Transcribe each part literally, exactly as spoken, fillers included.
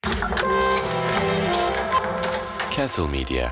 Castle Media.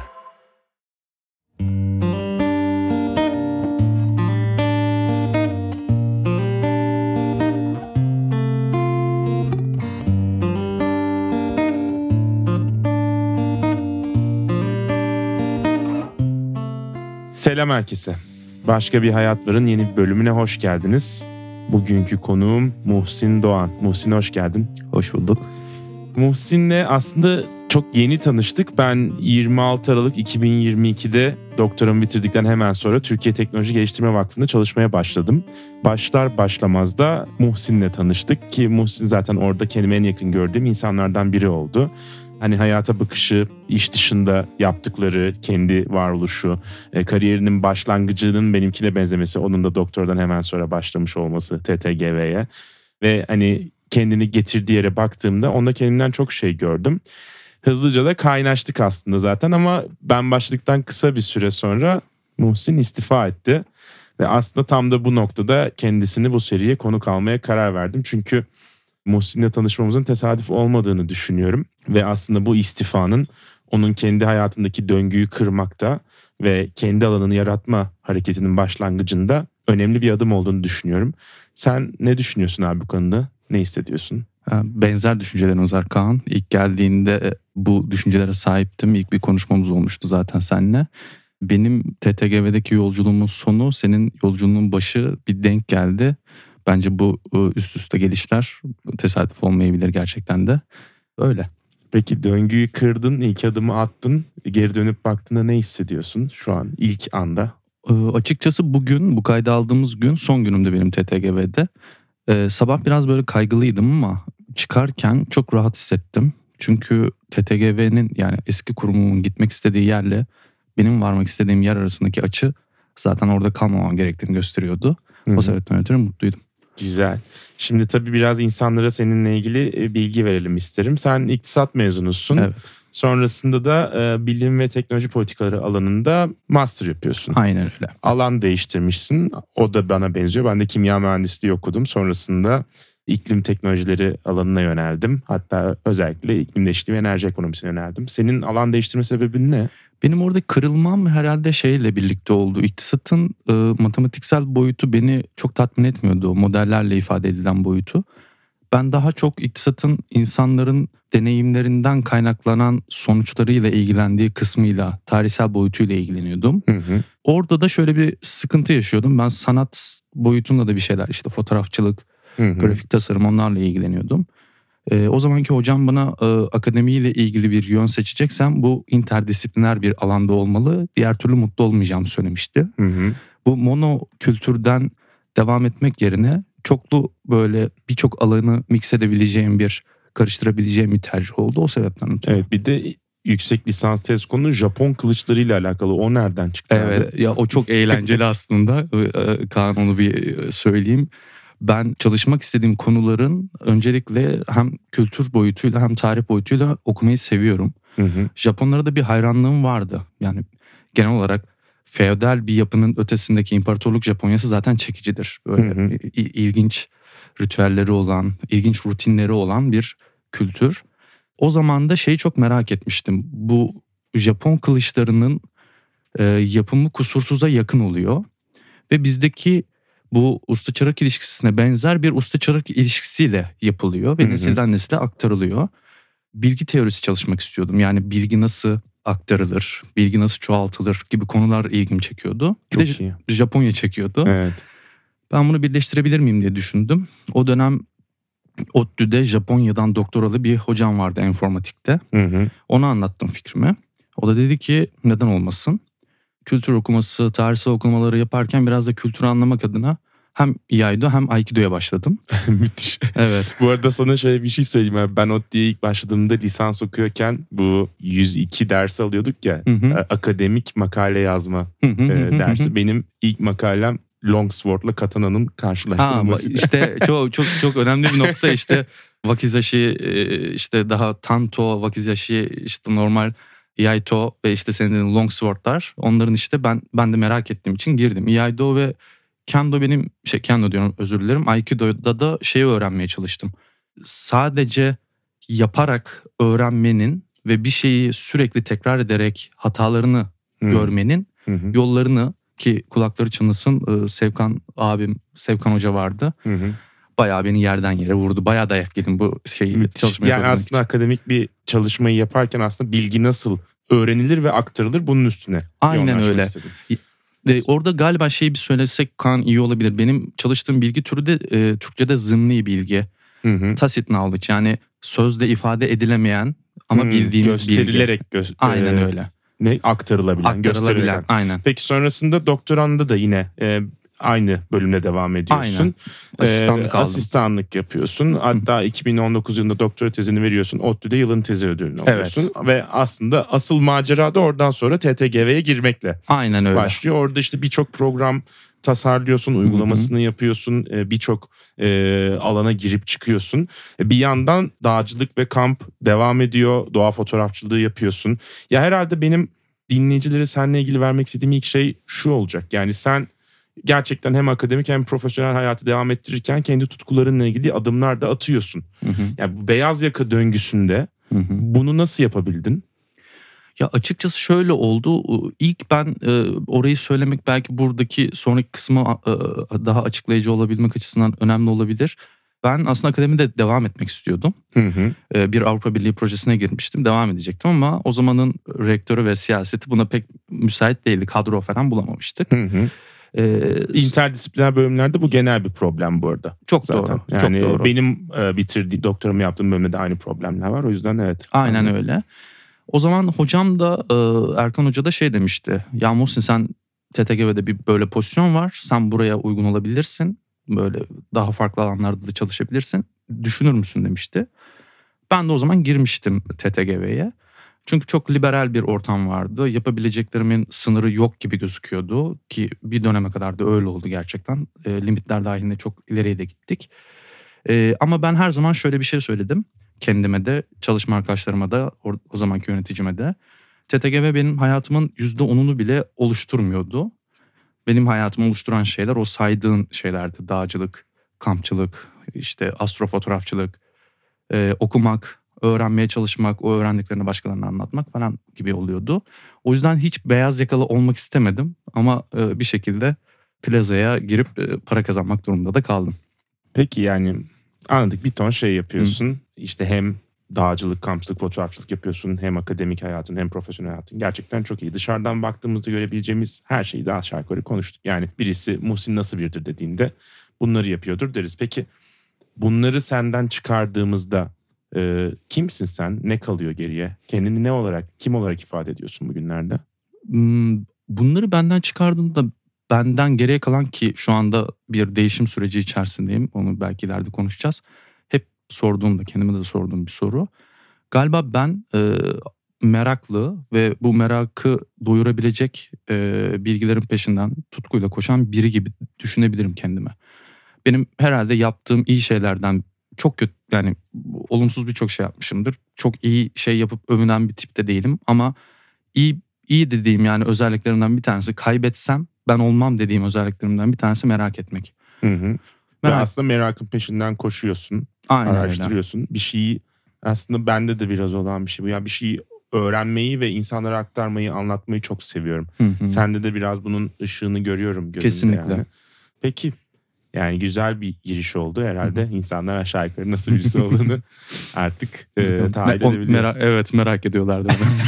Selam herkese. Başka Bir Hayat Var'ın yeni bir bölümüne hoş geldiniz. Bugünkü konuğum Muhsin Doğan. Muhsin, hoş geldin. Hoş bulduk. Muhsin'le aslında çok yeni tanıştık. Ben yirmi altı Aralık iki bin yirmi ikide doktoramı bitirdikten hemen sonra Türkiye Teknoloji Geliştirme Vakfı'nda çalışmaya başladım. Başlar başlamaz da Muhsin'le tanıştık ki Muhsin zaten orada kendime en yakın gördüğüm insanlardan biri oldu. Hani hayata bakışı, iş dışında yaptıkları, kendi varoluşu, e, kariyerinin başlangıcının benimkine benzemesi, onun da doktordan hemen sonra başlamış olması T T G V'ye ve hani kendini getirdiği yere baktığımda onda kendimden çok şey gördüm. Hızlıca da kaynaştık aslında zaten ama ben başladıktan kısa bir süre sonra Muhsin istifa etti. Ve aslında tam da bu noktada kendisini bu seriye konuk almaya karar verdim. Çünkü Muhsin'le tanışmamızın tesadüf olmadığını düşünüyorum. Ve aslında bu istifanın onun kendi hayatındaki döngüyü kırmakta ve kendi alanını yaratma hareketinin başlangıcında önemli bir adım olduğunu düşünüyorum. Sen ne düşünüyorsun abi bu konuda? Ne hissediyorsun? Benzer düşüncelerimiz var Kaan. İlk geldiğinde bu düşüncelere sahiptim. İlk bir konuşmamız olmuştu zaten seninle. Benim T T G V'deki yolculuğumun sonu senin yolculuğunun başı bir denk geldi. Bence bu üst üste gelişler tesadüf olmayabilir gerçekten de. Öyle. Peki döngüyü kırdın, ilk adımı attın. Geri dönüp baktığında ne hissediyorsun şu an ilk anda? E, açıkçası bugün, bu kaydı aldığımız gün son günümde benim T T G V'de. E, sabah biraz böyle kaygılıydım ama çıkarken çok rahat hissettim. Çünkü T T G V'nin, yani eski kurumumun gitmek istediği yerle benim varmak istediğim yer arasındaki açı zaten orada kalmamam gerektiğini gösteriyordu. Hı-hı. O sebepten ötürü mutluydum. Güzel. Şimdi tabii biraz insanlara seninle ilgili bilgi verelim isterim. Sen iktisat mezunusun. Evet. Sonrasında da e, bilim ve teknoloji politikaları alanında master yapıyorsun. Aynen öyle. Alan değiştirmişsin. O da bana benziyor. Ben de kimya mühendisliği okudum. Sonrasında iklim teknolojileri alanına yöneldim. Hatta özellikle iklim değişikliği ve enerji ekonomisine yöneldim. Senin alan değiştirme sebebin ne? Benim orada kırılmam herhalde şeyle birlikte oldu. İktisatın e, matematiksel boyutu beni çok tatmin etmiyordu. O modellerle ifade edilen boyutu. Ben daha çok iktisatın insanların deneyimlerinden kaynaklanan sonuçlarıyla ilgilendiği kısmıyla, tarihsel boyutuyla ilgileniyordum. Hı hı. Orada da şöyle bir sıkıntı yaşıyordum. Ben sanat boyutunda da bir şeyler, işte fotoğrafçılık, hı hı. grafik tasarım, onlarla ilgileniyordum. E, o zamanki hocam bana e, akademiyle ilgili bir yön seçeceksem bu interdisipliner bir alanda olmalı. Diğer türlü mutlu olmayacağımı söylemişti. Hı hı. Bu mono kültürden devam etmek yerine çoklu, böyle birçok alanı mix edebileceğim bir, karıştırabileceğim bir tercih oldu. O sebepten ötürü. Evet, bir de yüksek lisans tez konu Japon kılıçlarıyla alakalı. O nereden çıktı? Evet abi? Ya o çok eğlenceli aslında. Kaan, onu bir söyleyeyim. Ben çalışmak istediğim konuların öncelikle hem kültür boyutuyla hem tarih boyutuyla okumayı seviyorum. Hı hı. Japonlara da bir hayranlığım vardı. Yani genel olarak feodal bir yapının ötesindeki imparatorluk Japonyası zaten çekicidir. Böyle hı hı. ilginç ritüelleri olan, ilginç rutinleri olan bir kültür. O zaman da şeyi çok merak etmiştim. Bu Japon kılıçlarının e, yapımı kusursuza yakın oluyor. Ve bizdeki bu usta-çırak ilişkisine benzer bir usta-çırak ilişkisiyle yapılıyor ve hı hı. nesilden nesile aktarılıyor. Bilgi teorisi çalışmak istiyordum. Yani bilgi nasıl aktarılır, bilgi nasıl çoğaltılır gibi konular ilgimi çekiyordu. Çok bir de iyi. Japonya çekiyordu. Evet. Ben bunu birleştirebilir miyim diye düşündüm. O dönem ODTÜ'de Japonya'dan doktoralı bir hocam vardı informatikte. Hı hı. Ona anlattım fikrimi. O da dedi ki neden olmasın? Kültür okuması, tarihsel okumaları yaparken biraz da kültürü anlamak adına hem İaido hem Aikido'ya başladım. Müthiş. Evet. Bu arada sana şöyle bir şey söyleyeyim abi. Ben ODTÜ'ye ilk başladığımda lisans okuyorken bu yüz iki ders alıyorduk ya. Hı hı. Akademik makale yazma hı hı, e, hı, dersi. Hı. Benim ilk makalem Longsword'la Katana'nın karşılaştırılması. İşte çok çok çok önemli bir nokta işte. Wakizashi, işte daha Tanto, Wakizashi, işte normal Iaito ve işte senin Longsword'lar. Onların işte ben ben de merak ettiğim için girdim. Iaido ve Kendo benim şey Kendo diyorum, özür dilerim. Aikido'da da şeyi öğrenmeye çalıştım. Sadece yaparak öğrenmenin ve bir şeyi sürekli tekrar ederek hatalarını Hı. görmenin Hı hı. yollarını, ki kulakları çınlasın, Sevkan abim, Sevkan Hoca vardı. Hı hı. Bayağı beni yerden yere vurdu. Bayağı dayak yedim bu şeyi Müthiş. çalışmayı Yani yapabilmek aslında için. akademik bir çalışmayı yaparken aslında bilgi nasıl öğrenilir ve aktarılır bunun üstüne Aynen yoğunlaşmak öyle. istedim. E, orada galiba şeyi bir söylesek Kaan iyi olabilir. Benim çalıştığım bilgi türü de e, Türkçe'de zımni bilgi. Hı hı. Tacit knowledge, yani sözde ifade edilemeyen ama Hı, bildiğimiz bilgi. gösterilerek gö- Aynen e, öyle. ne aktarılabilen, gösterilerek. Aktarılabilen, aynen. Peki sonrasında doktoranda da yine e, aynı bölümle devam ediyorsun. Aynen. Asistanlık E, aldım. asistanlık yapıyorsun. Hatta iki bin on dokuz yılında doktora tezini veriyorsun. ODTÜ'de yılın tezi ödülünü alıyorsun. Evet. Ve aslında asıl macera da oradan sonra T T G V'ye girmekle Aynen öyle. başlıyor. Orada işte birçok program tasarlıyorsun, uygulamasını yapıyorsun, e, birçok e, alana girip çıkıyorsun. E, bir yandan dağcılık ve kamp devam ediyor, doğa fotoğrafçılığı yapıyorsun. Ya herhalde benim dinleyicilere seninle ilgili vermek istediğim ilk şey şu olacak. Yani sen gerçekten hem akademik hem profesyonel hayatı devam ettirirken kendi tutkularınla ilgili adımlar da atıyorsun. Hı hı. Yani bu beyaz yaka döngüsünde Hı hı. bunu nasıl yapabildin? Ya açıkçası şöyle oldu. İlk ben e, orayı söylemek belki buradaki sonraki kısmı e, daha açıklayıcı olabilmek açısından önemli olabilir. Ben aslında akademide devam etmek istiyordum. Hı hı. E, bir Avrupa Birliği projesine girmiştim. Devam edecektim ama o zamanın rektörü ve siyaseti buna pek müsait değildi. Kadro falan bulamamıştık. Hı hı. E, İnterdisipliner bölümlerde bu genel bir problem bu arada. Çok Zaten. doğru. Yani çok doğru. benim e, bitirdiğim doktoramı yaptığım bölümde de aynı problemler var. O yüzden evet. Aynen Anladım. öyle. O zaman hocam da e, Erkan Hoca da şey demişti. Ya Muhsin, sen T T G V'de bir böyle pozisyon var. Sen buraya uygun olabilirsin. Böyle daha farklı alanlarda da çalışabilirsin. Düşünür müsün demişti. Ben de o zaman girmiştim T T G V'ye. Çünkü çok liberal bir ortam vardı. Yapabileceklerimin sınırı yok gibi gözüküyordu. Ki bir döneme kadar da öyle oldu gerçekten. E, limitler dahilinde çok ileriye de gittik. E, ama ben her zaman şöyle bir şey söyledim. Kendime de, çalışma arkadaşlarıma da, o, o zamanki yöneticime de. T T G V benim hayatımın yüzde onunu bile oluşturmuyordu. Benim hayatımı oluşturan şeyler o saydığın şeylerdi. Dağcılık, kampçılık, işte astrofotoğrafçılık, e, okumak, öğrenmeye çalışmak, o öğrendiklerini başkalarına anlatmak falan gibi oluyordu. O yüzden hiç beyaz yakalı olmak istemedim ama e, bir şekilde plazaya girip e, para kazanmak durumunda da kaldım. Peki yani anladık, bir ton şey yapıyorsun. Hı. İşte hem dağcılık, kampçılık, fotoğrafçılık yapıyorsun. Hem akademik hayatın hem profesyonel hayatın. Gerçekten çok iyi. Dışarıdan baktığımızda görebileceğimiz her şeyi de aşağı yukarı konuştuk. Yani birisi Muhsin nasıl biridir dediğinde bunları yapıyordur deriz. Peki bunları senden çıkardığımızda e, kimsin sen? Ne kalıyor geriye? Kendini ne olarak, kim olarak ifade ediyorsun bugünlerde? Bunları benden çıkardığımda benden geriye kalan, ki şu anda bir değişim süreci içerisindeyim. Onu belki ileride konuşacağız. Hep sorduğumda, kendime de sorduğum bir soru. Galiba ben e, meraklı ve bu merakı doyurabilecek e, bilgilerin peşinden tutkuyla koşan biri gibi düşünebilirim kendime. Benim herhalde yaptığım iyi şeylerden çok kötü, yani olumsuz birçok şey yapmışımdır. Çok iyi şey yapıp övünen bir tip de değilim ama iyi iyi dediğim yani özelliklerimden bir tanesi, kaybetsem ben olmam dediğim özelliklerimden bir tanesi merak etmek. Hı hı. Merak... Ve aslında merakın peşinden koşuyorsun, Aynen araştırıyorsun. Öyle. Bir şeyi, aslında bende de biraz olan bir şey bu. Yani bir şeyi öğrenmeyi ve insanlara aktarmayı, anlatmayı çok seviyorum. Hı hı. Sende de biraz bunun ışığını görüyorum gözümde. Kesinlikle. Yani. Peki yani güzel bir giriş oldu herhalde. Hı hı. İnsanlar aşağı yukarı nasıl birisi olduğunu artık e, tahayyül edebiliyor. Merak, evet merak ediyorlardı.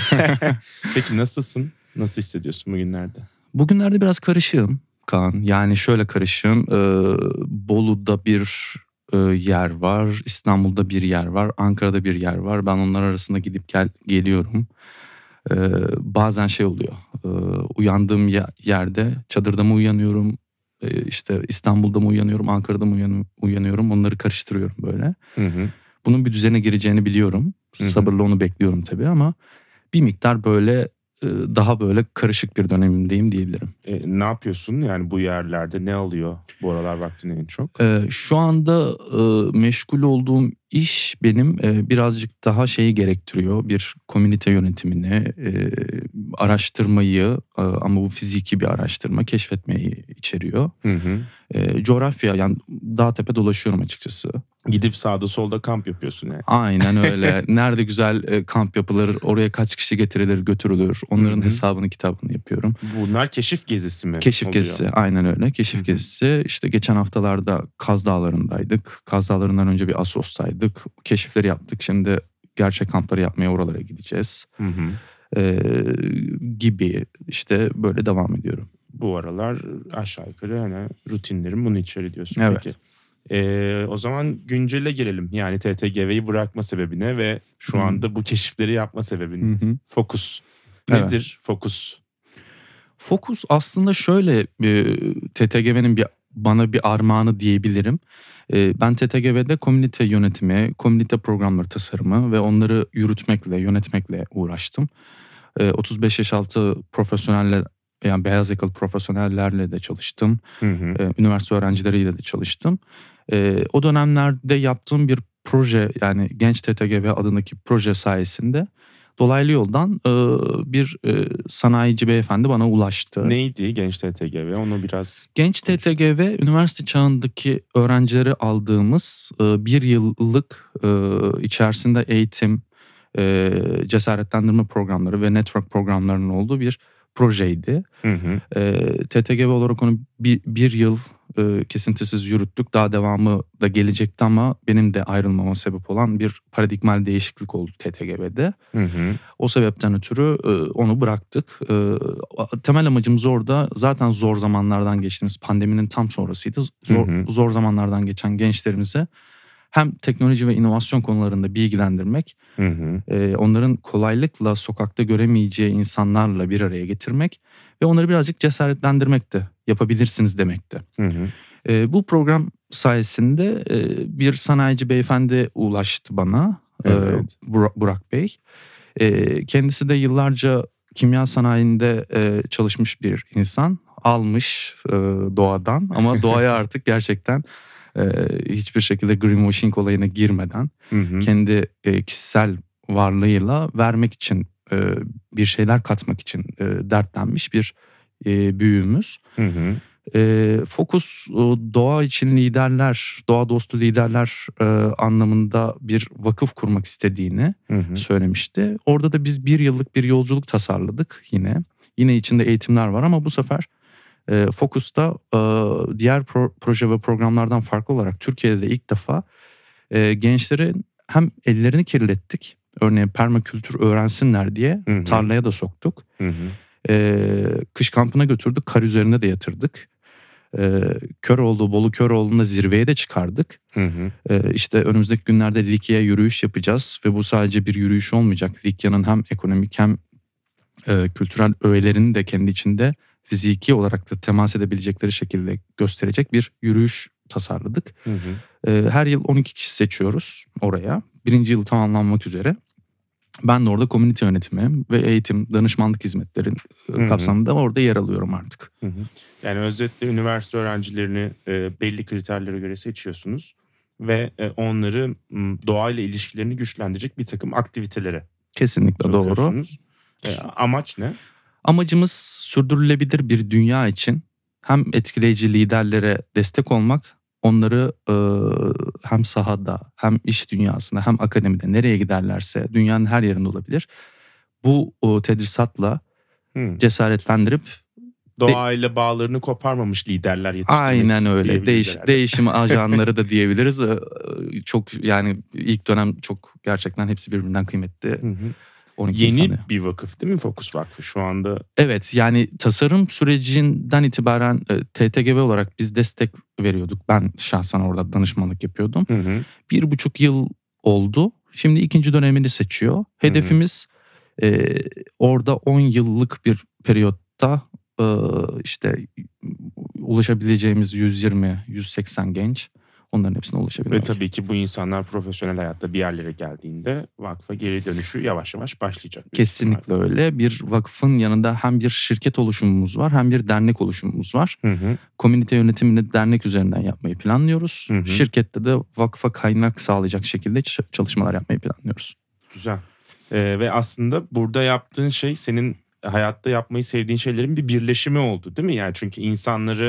Peki nasılsın? Nasıl hissediyorsun bugünlerde? Bugünlerde biraz karışığım Kaan. Yani şöyle karışığım. Ee, Bolu'da bir e, yer var. İstanbul'da bir yer var. Ankara'da bir yer var. Ben onlar arasında gidip gel geliyorum. Ee, bazen şey oluyor. E, uyandığım ya- yerde çadırda mı uyanıyorum? E, işte İstanbul'da mı uyanıyorum? Ankara'da mı uyan- uyanıyorum? Onları karıştırıyorum böyle. Hı hı. Bunun bir düzene gireceğini biliyorum. Sabırla onu bekliyorum tabii ama bir miktar böyle daha böyle karışık bir dönemimdeyim diyebilirim. E, ne yapıyorsun yani bu yerlerde, ne alıyor bu aralar vaktini en çok? E, şu anda e, meşgul olduğum iş benim e, birazcık daha şeyi gerektiriyor. Bir komünite yönetimini, e, araştırmayı e, ama bu fiziki bir araştırma, keşfetmeyi içeriyor. Hı hı. E, coğrafya, yani dağ tepe dolaşıyorum açıkçası. Gidip sağda solda kamp yapıyorsun yani. Aynen öyle. Nerede güzel e, kamp yapılır, oraya kaç kişi getirilir, götürülür. Onların Hı-hı. hesabını kitabını yapıyorum. Bunlar keşif gezisi mi Keşif oluyor? gezisi, aynen öyle. Keşif Hı-hı. gezisi. İşte geçen haftalarda Kaz Dağları'ndaydık. Kaz Dağları'ndan önce bir Assos'taydık. Keşifleri yaptık. Şimdi gerçek kampları yapmaya oralara gideceğiz. Ee, gibi işte böyle devam ediyorum. Bu aralar aşağı yukarı hani rutinlerim bunu içeri diyorsun. Evet. Peki. Ee, o zaman güncele gelelim. Yani T T G V'yi bırakma sebebine ve şu hmm. anda bu keşifleri yapma sebebine. Hmm. Fokus. Nedir evet. fokus? Fokus aslında şöyle e, T T G V'nin bir bana bir armağanı diyebilirim. E, ben T T G V'de komünite yönetimi, komünite programları tasarımı ve onları yürütmekle, yönetmekle uğraştım. E, otuz beş yaş altı profesyoneller, yani beyaz yakalı profesyonellerle de çalıştım. Hı hı. E, üniversite öğrencileriyle de çalıştım. E, o dönemlerde yaptığım bir proje, yani Genç T T G V adındaki proje sayesinde dolaylı yoldan e, bir e, sanayici beyefendi bana ulaştı. Neydi Genç T T G V? Onu biraz Genç T T G V üniversite çağındaki öğrencileri aldığımız e, bir yıllık e, içerisinde eğitim, e, cesaretlendirme programları ve network programlarının olduğu bir projeydi. Hı hı. E, T T G V olarak onu bir, bir yıl e, kesintisiz yürüttük. Daha devamı da gelecekti ama benim de ayrılmama sebep olan bir paradigmal değişiklik oldu T T G V'de. Hı hı. O sebepten ötürü e, onu bıraktık. E, temel amacımız orada zaten zor zamanlardan geçtiğimiz pandeminin tam sonrasıydı. Zor, hı hı. zor zamanlardan geçen gençlerimize hem teknoloji ve inovasyon konularında bilgilendirmek, hı hı. E, onların kolaylıkla sokakta göremeyeceği insanlarla bir araya getirmek ve onları birazcık cesaretlendirmekti. Yapabilirsiniz demekti. Hı hı. E, bu program sayesinde e, bir sanayici beyefendi ulaştı bana, evet. e, Burak, Burak Bey. E, kendisi de yıllarca kimya sanayinde e, çalışmış bir insan. Almış e, doğadan ama doğaya artık gerçekten e, hiçbir şekilde greenwashing olayına girmeden hı hı. kendi e, kişisel varlığıyla vermek için e, bir şeyler katmak için e, dertlenmiş bir e, büyüğümüz. Hı hı. E, Fokus doğa için liderler, doğa dostu liderler e, anlamında bir vakıf kurmak istediğini hı hı. söylemişti. Orada da biz bir yıllık bir yolculuk tasarladık yine. Yine içinde eğitimler var ama bu sefer e, Fokus'ta e, diğer pro, proje ve programlardan farklı olarak Türkiye'de de ilk defa e, gençlerin hem ellerini kirlettik. Örneğin permakültür öğrensinler diye hı hı. tarlaya da soktuk. Hı hı. E, kış kampına götürdük, kar üzerine de yatırdık. E, Köroğlu, Bolu Köroğlu'na zirveye de çıkardık. Hı hı. E, işte önümüzdeki günlerde Likya'ya yürüyüş yapacağız ve bu sadece bir yürüyüş olmayacak. Likya'nın hem ekonomik hem e, kültürel öğelerini de kendi içinde fiziki olarak da temas edebilecekleri şekilde gösterecek bir yürüyüş tasarladık. Hı hı. E, her yıl on iki kişi seçiyoruz oraya. Birinci yıl tamamlanmak üzere. Ben de orada komünite yönetimi ve eğitim, danışmanlık hizmetlerin hı-hı. kapsamında orada yer alıyorum artık. Hı hı. Yani özetle üniversite öğrencilerini e, belli kriterlere göre seçiyorsunuz ve e, onları m, doğayla ilişkilerini güçlendirecek bir takım aktivitelere kesinlikle doğru. E, amaç ne? Amacımız sürdürülebilir bir dünya için hem etkileyici liderlere destek olmak, onları e, hem sahada hem iş dünyasında hem akademide nereye giderlerse dünyanın her yerinde olabilir. Bu o, tedrisatla hmm. cesaretlendirip doğayla de, bağlarını koparmamış liderler yetiştirmek. Aynen öyle. Değiş, değişim ajanları da diyebiliriz. Çok yani ilk dönem çok gerçekten hepsi birbirinden kıymetli. Hı hı. Yeni insanı. Bir vakıf değil mi Fokus Vakfı şu anda? Evet, yani tasarım sürecinden itibaren e, T T G V olarak biz destek veriyorduk. Ben şahsen orada danışmanlık yapıyordum. Hı hı. Bir buçuk yıl oldu. Şimdi ikinci dönemini seçiyor. Hedefimiz hı hı. E, orada on yıllık bir periyotta e, işte ulaşabileceğimiz yüz yirmi yüz seksen genç. Onların hepsine ulaşabilmek. Ve tabii ki bu insanlar profesyonel hayatta bir yerlere geldiğinde vakfa geri dönüşü yavaş yavaş başlayacak. Kesinlikle öyle. Bir vakfın yanında hem bir şirket oluşumumuz var hem bir dernek oluşumumuz var. Hı hı. Komünite yönetimini dernek üzerinden yapmayı planlıyoruz. Hı hı. Şirkette de vakfa kaynak sağlayacak şekilde çalışmalar yapmayı planlıyoruz. Güzel. Ee, ve aslında burada yaptığın şey senin hayatta yapmayı sevdiğin şeylerin bir birleşimi oldu değil mi? Yani çünkü insanları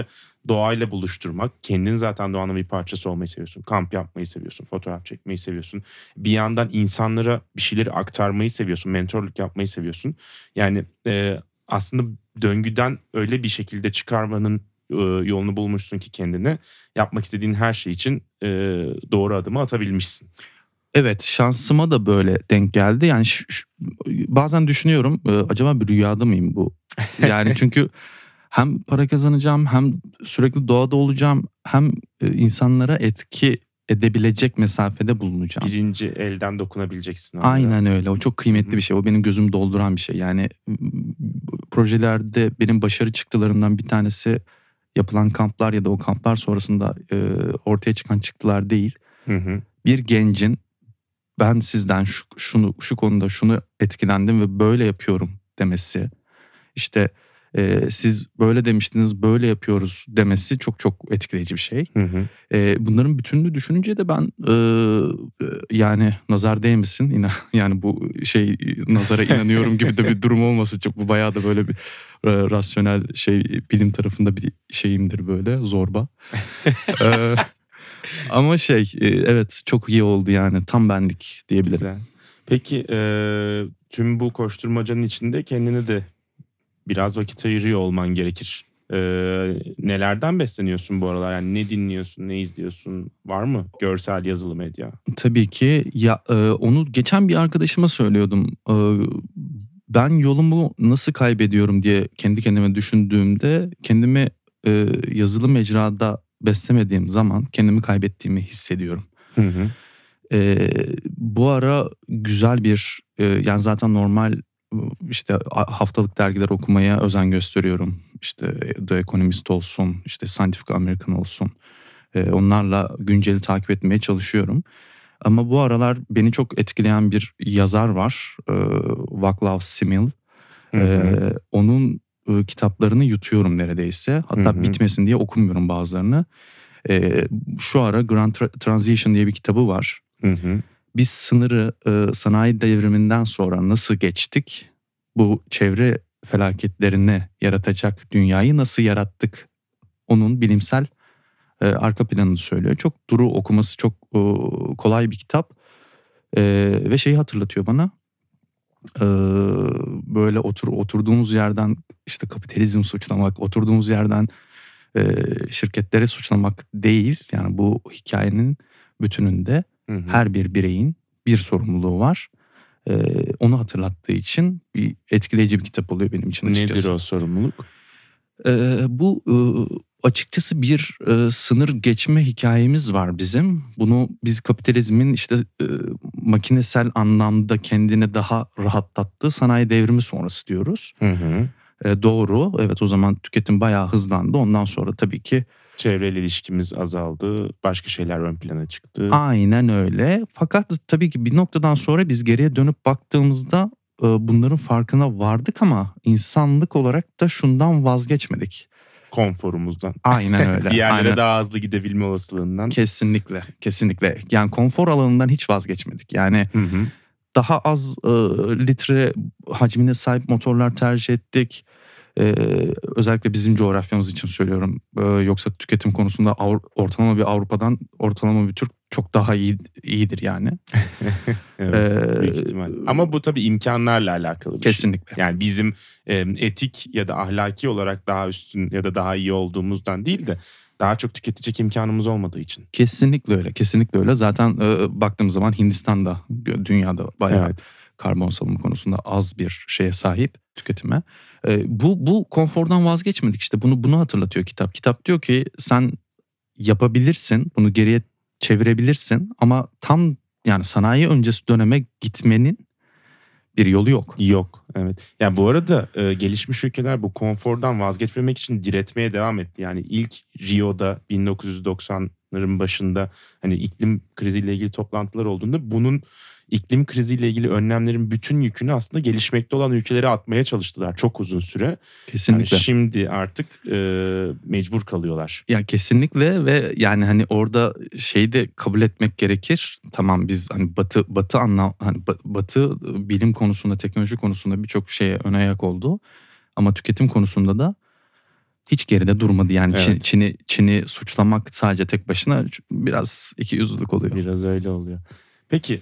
doğayla buluşturmak. Kendin zaten doğanın bir parçası olmayı seviyorsun. Kamp yapmayı seviyorsun. Fotoğraf çekmeyi seviyorsun. Bir yandan insanlara bir şeyleri aktarmayı seviyorsun. Mentorluk yapmayı seviyorsun. Yani e, aslında döngüden öyle bir şekilde çıkarmanın e, yolunu bulmuşsun ki kendine. Yapmak istediğin her şey için e, doğru adımı atabilmişsin. Evet, şansıma da böyle denk geldi. Yani şu, şu- bazen düşünüyorum e, acaba bir rüyada mıyım bu? Yani çünkü hem para kazanacağım, hem sürekli doğada olacağım, hem e, insanlara etki edebilecek mesafede bulunacağım. Birinci elden dokunabileceksin onlara. Aynen öyle. O çok kıymetli Hı hı. bir şey. O benim gözümü dolduran bir şey. Yani m, projelerde benim başarı çıktılarından bir tanesi yapılan kamplar ya da o kamplar sonrasında e, ortaya çıkan çıktılar değil. Hı hı. Bir gencin ben sizden şu, şunu şu konuda şunu etkilendim ve böyle yapıyorum demesi, işte e, siz böyle demiştiniz böyle yapıyoruz demesi çok çok etkileyici bir şey. Hı hı. E, bunların bütününü düşününce de ben e, e, yani nazar değmesin, inan, yani bu şey nazara inanıyorum gibi de bir durum olmasın, çok bu bayağı da böyle bir e, rasyonel şey bilim tarafında bir şeyimdir, böyle zorba. e, Ama şey e, evet çok iyi oldu, yani tam benlik diyebilirim. Güzel. Peki e, tüm bu koşturmacanın içinde kendine de biraz vakit ayırıyor olman gerekir. E, nelerden besleniyorsun bu aralar? Yani ne dinliyorsun, ne izliyorsun? Var mı görsel, yazılı medya? Tabii ki ya, e, onu geçen bir arkadaşıma söylüyordum. E, ben yolumu nasıl kaybediyorum diye kendi kendime düşündüğümde, kendimi e, yazılı mecrada beslemediğim zaman kendimi kaybettiğimi hissediyorum. Hı hı. E, bu ara güzel bir e, yani zaten normal e, işte a- haftalık dergiler okumaya özen gösteriyorum. İşte The Economist olsun, işte Scientific American olsun. E, onlarla günceli takip etmeye çalışıyorum. Ama bu aralar beni çok etkileyen bir yazar var. E, Vaclav Smil. Hı E, hı. onun e, kitaplarını yutuyorum neredeyse. Hatta Hı hı. bitmesin diye okumuyorum bazılarını. E, şu ara Grand Tra- Transition diye bir kitabı var. Hı hı. Biz sınırı e, sanayi devriminden sonra nasıl geçtik? Bu çevre felaketlerini yaratacak dünyayı nasıl yarattık? Onun bilimsel e, arka planını söylüyor. Çok duru, okuması çok e, kolay bir kitap. E, ve şeyi hatırlatıyor bana. E, böyle otur oturduğumuz yerden işte kapitalizm suçlamak, oturduğumuz yerden e, şirketleri suçlamak değil. Yani bu hikayenin bütününde Hı hı. her bir bireyin bir sorumluluğu var. E, onu hatırlattığı için bir etkileyici bir kitap oluyor benim için açıkçası. Nedir o sorumluluk? Ee, bu e, açıkçası bir e, sınır geçme hikayemiz var bizim. Bunu biz kapitalizmin işte e, makinesel anlamda kendini daha rahatlattığı sanayi devrimi sonrası diyoruz. Hı hı. E, doğru, evet, o zaman tüketim bayağı hızlandı. Ondan sonra tabii ki Çevreyle ilişkimiz azaldı, başka şeyler ön plana çıktı. aynen öyle. Fakat tabii ki bir noktadan sonra biz geriye dönüp baktığımızda e, bunların farkına vardık ama insanlık olarak da şundan vazgeçmedik. Konforumuzdan. Aynen öyle. Bir yerlere aynen. daha hızlı gidebilme olasılığından. Kesinlikle, kesinlikle. Yani konfor alanından hiç vazgeçmedik. Yani Hı hı. daha az e, litre hacmine sahip motorlar tercih ettik. E, özellikle bizim coğrafyamız için söylüyorum. E, yoksa tüketim konusunda Avru- ortalama bir Avrupa'dan ortalama bir Türk çok daha iyi iyidir yani. Evet, Ee, büyük ihtimal. Ama bu tabii imkanlarla alakalı bir şey. Kesinlikle. Yani bizim e, etik ya da ahlaki olarak daha üstün ya da daha iyi olduğumuzdan değil de daha çok tüketecek imkanımız olmadığı için. Kesinlikle öyle, kesinlikle öyle. Zaten e, baktığımız zaman Hindistan'da dünyada bayağı Evet. karbon salımı konusunda az bir şeye sahip, tüketime. E, bu bu konfordan vazgeçmedik, işte bunu bunu hatırlatıyor kitap. Kitap diyor ki sen yapabilirsin, bunu geriye çevirebilirsin ama tam yani sanayi öncesi döneme gitmenin bir yolu yok. Yok, evet. Yani bu arada e, gelişmiş ülkeler bu konfordan vazgeçmemek için diretmeye devam etti. Yani ilk Rio'da bin dokuz yüz doksanların başında hani iklim kriziyle ilgili toplantılar olduğunda bunun iklim kriziyle ilgili önlemlerin bütün yükünü aslında gelişmekte olan ülkelere atmaya çalıştılar çok uzun süre. Yani Kesinlikle. şimdi artık e, mecbur kalıyorlar. Ya kesinlikle ve yani hani orada şeyi de kabul etmek gerekir. Tamam, biz hani batı batı anlam hani ba- batı bilim konusunda, teknoloji konusunda birçok şeye ön ayak oldu. Ama tüketim konusunda da hiç geride durmadı yani. Evet. Çin, Çin'i Çin'i suçlamak sadece tek başına biraz ikiyüzlülük oluyor. Biraz öyle oluyor. Peki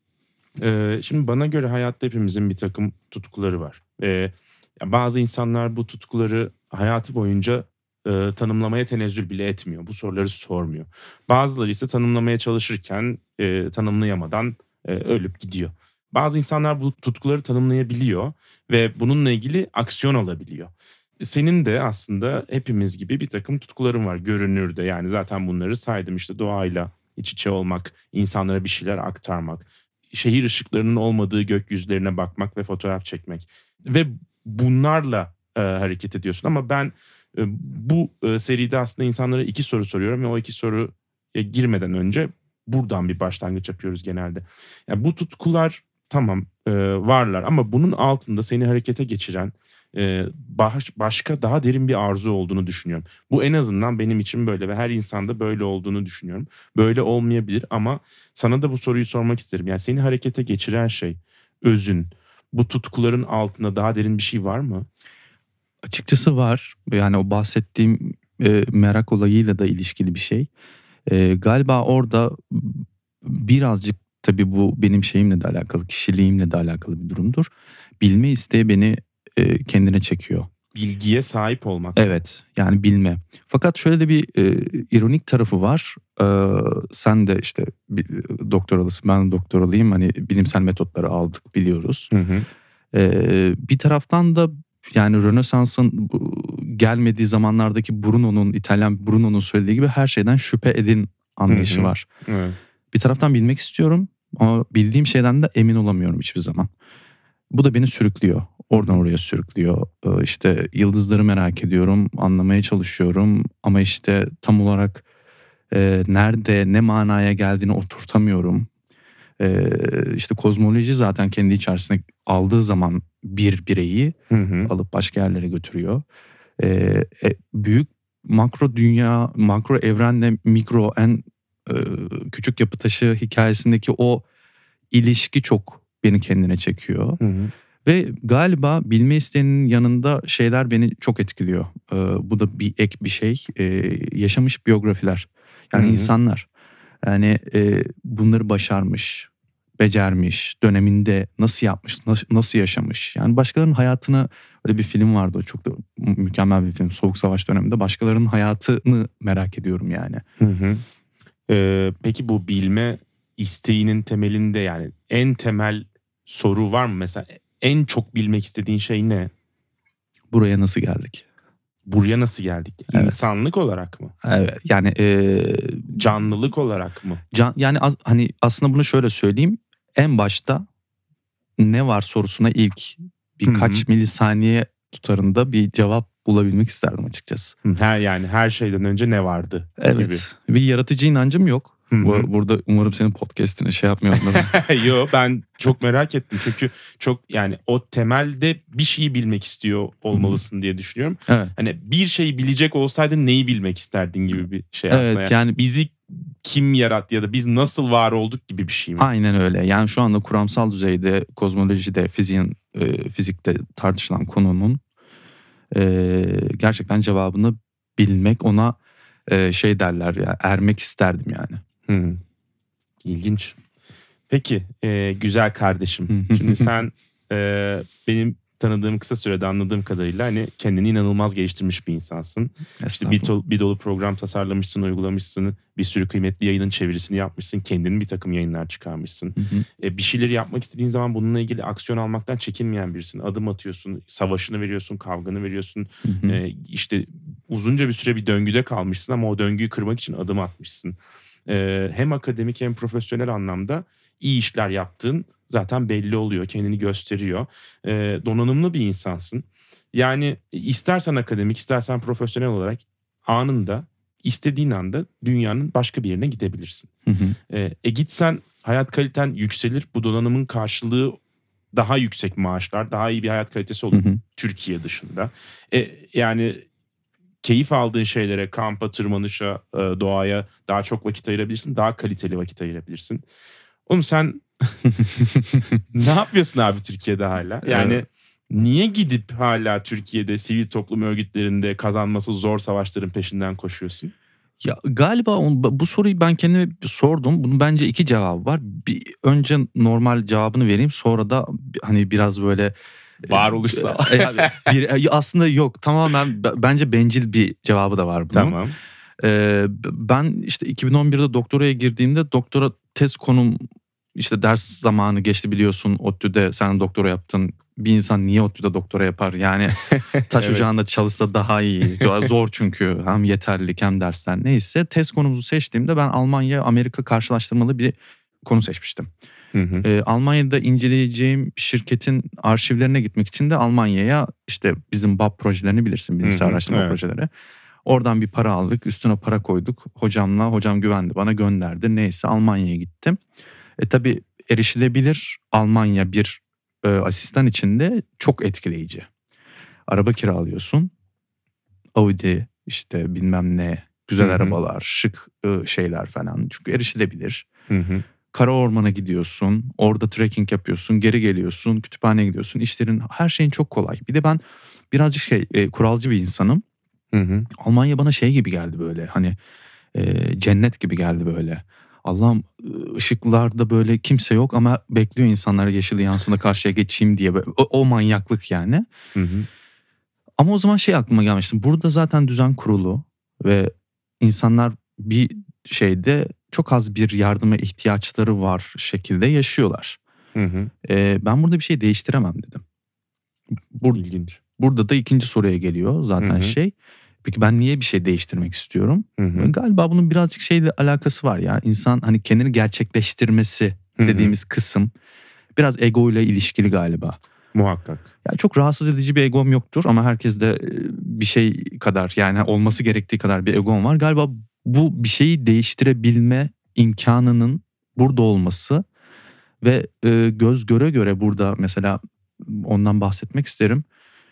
e, şimdi bana göre hayatta hepimizin bir takım tutkuları var. E, bazı insanlar bu tutkuları hayatı boyunca e, tanımlamaya tenezzül bile etmiyor. Bu soruları sormuyor. Bazıları ise tanımlamaya çalışırken e, tanımlayamadan e, ölüp gidiyor. Bazı insanlar bu tutkuları tanımlayabiliyor ve bununla ilgili aksiyon alabiliyor. Senin de aslında hepimiz gibi bir takım tutkuların var görünürde. Yani zaten bunları saydım, işte doğayla iç içe olmak, insanlara bir şeyler aktarmak, şehir ışıklarının olmadığı gökyüzlerine bakmak ve fotoğraf çekmek. Ve bunlarla e, hareket ediyorsun. Ama ben e, bu e, seride aslında insanlara iki soru soruyorum ve o iki soruya girmeden önce buradan bir başlangıç yapıyoruz genelde. Yani bu tutkular tamam e, varlar ama bunun altında seni harekete geçiren e, baş, başka daha derin bir arzu olduğunu düşünüyorum. Bu en azından benim için böyle ve her insanda böyle olduğunu düşünüyorum. Böyle olmayabilir ama sana da bu soruyu sormak isterim. Yani seni harekete geçiren şey, özün, bu tutkuların altında daha derin bir şey var mı? Açıkçası var. Yani o bahsettiğim e, merak olayıyla da ilişkili bir şey. E, galiba orada birazcık tabii bu benim şeyimle de alakalı, kişiliğimle de alakalı bir durumdur. Bilme isteği beni e, kendine çekiyor. Bilgiye sahip olmak. Evet, yani bilme. Fakat şöyle de bir e, ironik tarafı var. E, sen de işte bir, doktoralısın, ben de doktoralıyım. Hani bilimsel metotları aldık, biliyoruz. Hı hı. E, bir taraftan da yani Rönesans'ın gelmediği zamanlardaki Bruno'nun, İtalyan Bruno'nun söylediği gibi her şeyden şüphe edin anlayışı Hı hı. var. Evet. Bir taraftan bilmek istiyorum ama bildiğim şeyden de emin olamıyorum hiçbir zaman. Bu da beni sürüklüyor. Oradan oraya sürüklüyor. Ee, işte yıldızları merak ediyorum, anlamaya çalışıyorum ama işte tam olarak e, nerede, ne manaya geldiğini oturtamıyorum. Ee, işte kozmoloji zaten kendi içerisine aldığı zaman bir bireyi Hı hı. alıp başka yerlere götürüyor. Ee, e, büyük makro dünya, makro evrenle mikro en e, küçük yapı taşı hikayesindeki o ilişki çok beni kendine çekiyor. Hı hı. Ve galiba bilme isteğinin yanında şeyler beni çok etkiliyor. Ee, bu da bir ek bir şey. Ee, yaşamış biyografiler. Yani Hı hı. insanlar. Yani e, bunları başarmış, becermiş, döneminde nasıl yapmış, nasıl, nasıl yaşamış. Yani başkalarının hayatını, öyle bir film vardı, o çok da mükemmel bir film. Soğuk Savaş döneminde başkalarının hayatını merak ediyorum yani. Hı hı. Ee, peki bu bilme isteğinin temelinde yani en temel soru var mı? Mesela en çok bilmek istediğin şey ne? Buraya nasıl geldik? Buraya nasıl geldik? Evet. İnsanlık olarak mı? Evet, yani e, Canlılık olarak mı? can, yani az- hani aslında bunu şöyle söyleyeyim. En başta ne var sorusuna ilk birkaç Hı hı. milisaniye tutarında bir cevap bulabilmek isterdim açıkçası. Her yani her şeyden önce ne vardı Evet. gibi. Bir yaratıcı inancım yok. Hı hı. Bu, burada umarım senin podcast'ine şey yapmıyorum. Yo, ben çok merak ettim çünkü çok yani o temelde bir şeyi bilmek istiyor olmalısın diye düşünüyorum. Evet. Hani bir şeyi bilecek olsaydın neyi bilmek isterdin gibi bir şey Evet, aslında. Yani, yani bizi kim yarattı ya da biz nasıl var olduk gibi bir şey mi? aynen öyle. Yani şu anda kuramsal düzeyde kozmolojide, fiziğin, e, fizikte tartışılan konunun e, gerçekten cevabını bilmek, ona e, şey derler ya, ermek isterdim yani. Hmm. İlginç. Peki e, güzel kardeşim. Şimdi sen e, benim tanıdığım kısa sürede anladığım kadarıyla hani kendini inanılmaz geliştirmiş bir insansın. İşte bir, to- bir dolu program tasarlamışsın, uygulamışsın. Bir sürü kıymetli yayının çevirisini yapmışsın. Kendinin bir takım yayınlar çıkarmışsın. E, bir şeyleri yapmak istediğin zaman bununla ilgili aksiyon almaktan çekinmeyen birisin. Adım atıyorsun, savaşını veriyorsun, kavganı veriyorsun. E, işte uzunca bir süre bir döngüde kalmışsın ama o döngüyü kırmak için adım atmışsın. E, hem akademik hem profesyonel anlamda iyi işler yaptığın zaten belli oluyor, kendini gösteriyor. E, donanımlı bir insansın. Yani istersen akademik, istersen profesyonel olarak anında, istediğin anda dünyanın başka bir yerine gidebilirsin. Hı hı. E, e gitsen hayat kaliten yükselir. Bu donanımın karşılığı daha yüksek maaşlar, daha iyi bir hayat kalitesi olur Hı hı. Türkiye dışında. E, yani keyif aldığın şeylere, kampa, tırmanışa, e, doğaya daha çok vakit ayırabilirsin. Daha kaliteli vakit ayırabilirsin. Oğlum sen ne yapıyorsun abi Türkiye'de hala? Yani Evet. Niye gidip hala Türkiye'de sivil toplum örgütlerinde kazanması zor savaşların peşinden koşuyorsun? Ya galiba on, bu soruyu ben kendime sordum. Bunun bence iki cevabı var. Bir, önce normal cevabını vereyim. Sonra da hani biraz böyle varoluşsal. E, bir, aslında yok. Tamamen bence bencil bir cevabı da var bunun. Tamam. Ee, ben işte iki bin on birde doktoraya girdiğimde doktora tez konum işte ders zamanı geçti biliyorsun. ODTÜ'de sen doktora yaptın. Bir insan niye ODTÜ'de doktora yapar? Yani taş evet. ocağında çalışsa daha iyi. Zor çünkü hem yeterlilik hem dersler neyse. Tez konumuzu seçtiğimde ben Almanya Amerika karşılaştırmalı bir konu seçmiştim. Hı hı. Ee, Almanya'da inceleyeceğim şirketin arşivlerine gitmek için de Almanya'ya işte bizim B A P projelerini bilirsin, bilimsel hı hı, araştırma evet. projeleri. Oradan bir para aldık, üstüne para koyduk. Hocamla, hocam güvendi bana, gönderdi. Neyse Almanya'ya gittim. E tabii erişilebilir Almanya bir e, asistan içinde çok etkileyici. Araba kiralıyorsun. Audi işte bilmem ne, güzel hı hı. arabalar, şık e, şeyler falan. Çünkü erişilebilir. Hı hı. Kara ormana gidiyorsun, orada trekking yapıyorsun, geri geliyorsun, kütüphaneye gidiyorsun. İşlerin, her şeyin çok kolay. Bir de ben birazcık şey e, kuralcı bir insanım. Hı hı. Almanya bana şey gibi geldi böyle, hani e, cennet gibi geldi böyle. Allah'ım, ışıklarda böyle kimse yok ama bekliyor insanlar yeşil yansına karşıya geçeyim diye. Böyle, o, o manyaklık yani. Hı hı. Ama o zaman şey aklıma gelmişti. Burada zaten düzen kurulu ve insanlar bir şeyde çok az bir yardıma ihtiyaçları var şekilde yaşıyorlar. Hı hı. E, ben burada bir şey değiştiremem dedim. Bur- İlginç. Burada da ikinci soruya geliyor zaten hı hı. şey. Peki ben niye bir şey değiştirmek istiyorum? Hı hı. Galiba bunun birazcık şeyle alakası var ya. İnsan hani kendini gerçekleştirmesi hı hı. dediğimiz kısım biraz ego ile ilişkili galiba. Muhakkak. Yani çok rahatsız edici bir egom yoktur ama herkeste bir şey kadar, yani olması gerektiği kadar bir egom var. Galiba bu bir şeyi değiştirebilme imkanının burada olması ve göz göre göre burada mesela ondan bahsetmek isterim.